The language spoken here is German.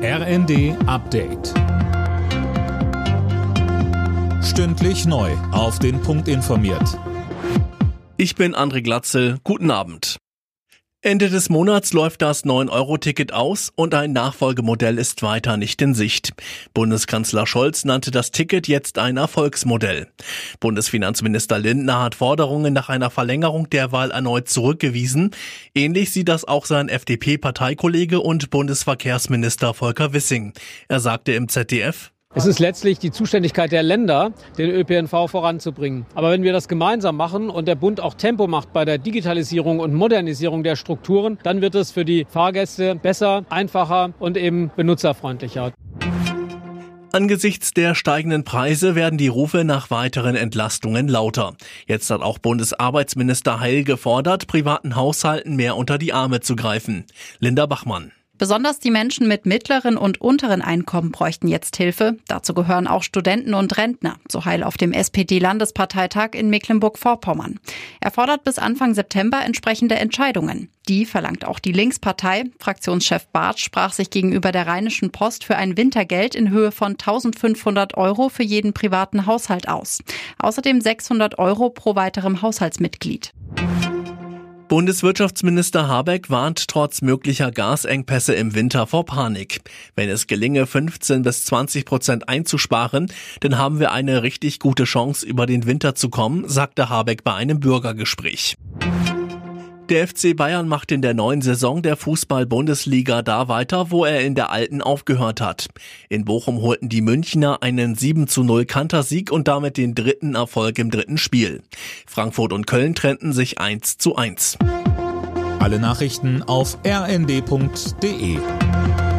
RND Update. Stündlich neu auf den Punkt informiert. Ich bin André Glatzel. Guten Abend. Ende des Monats läuft das 9-Euro-Ticket aus und ein Nachfolgemodell ist weiter nicht in Sicht. Bundeskanzler Scholz nannte das Ticket jetzt ein Erfolgsmodell. Bundesfinanzminister Lindner hat Forderungen nach einer Verlängerung derweil erneut zurückgewiesen. Ähnlich sieht das auch sein FDP-Parteikollege und Bundesverkehrsminister Volker Wissing. Er sagte im ZDF: Es ist letztlich die Zuständigkeit der Länder, den ÖPNV voranzubringen. Aber wenn wir das gemeinsam machen und der Bund auch Tempo macht bei der Digitalisierung und Modernisierung der Strukturen, dann wird es für die Fahrgäste besser, einfacher und eben benutzerfreundlicher. Angesichts der steigenden Preise werden die Rufe nach weiteren Entlastungen lauter. Jetzt hat auch Bundesarbeitsminister Heil gefordert, privaten Haushalten mehr unter die Arme zu greifen. Linda Bachmann. Besonders die Menschen mit mittleren und unteren Einkommen bräuchten jetzt Hilfe. Dazu gehören auch Studenten und Rentner, so Heil auf dem SPD-Landesparteitag in Mecklenburg-Vorpommern. Er fordert bis Anfang September entsprechende Entscheidungen. Die verlangt auch die Linkspartei. Fraktionschef Barth sprach sich gegenüber der Rheinischen Post für ein Wintergeld in Höhe von 1.500 € für jeden privaten Haushalt aus. Außerdem 600 € pro weiterem Haushaltsmitglied. Bundeswirtschaftsminister Habeck warnt trotz möglicher Gasengpässe im Winter vor Panik. Wenn es gelinge, 15-20% einzusparen, dann haben wir eine richtig gute Chance, über den Winter zu kommen, sagte Habeck bei einem Bürgergespräch. Der FC Bayern macht in der neuen Saison der Fußball-Bundesliga da weiter, wo er in der alten aufgehört hat. In Bochum holten die Münchner einen 7:0 Kantersieg und damit den dritten Erfolg im dritten Spiel. Frankfurt und Köln trennten sich 1:1. Alle Nachrichten auf rnd.de.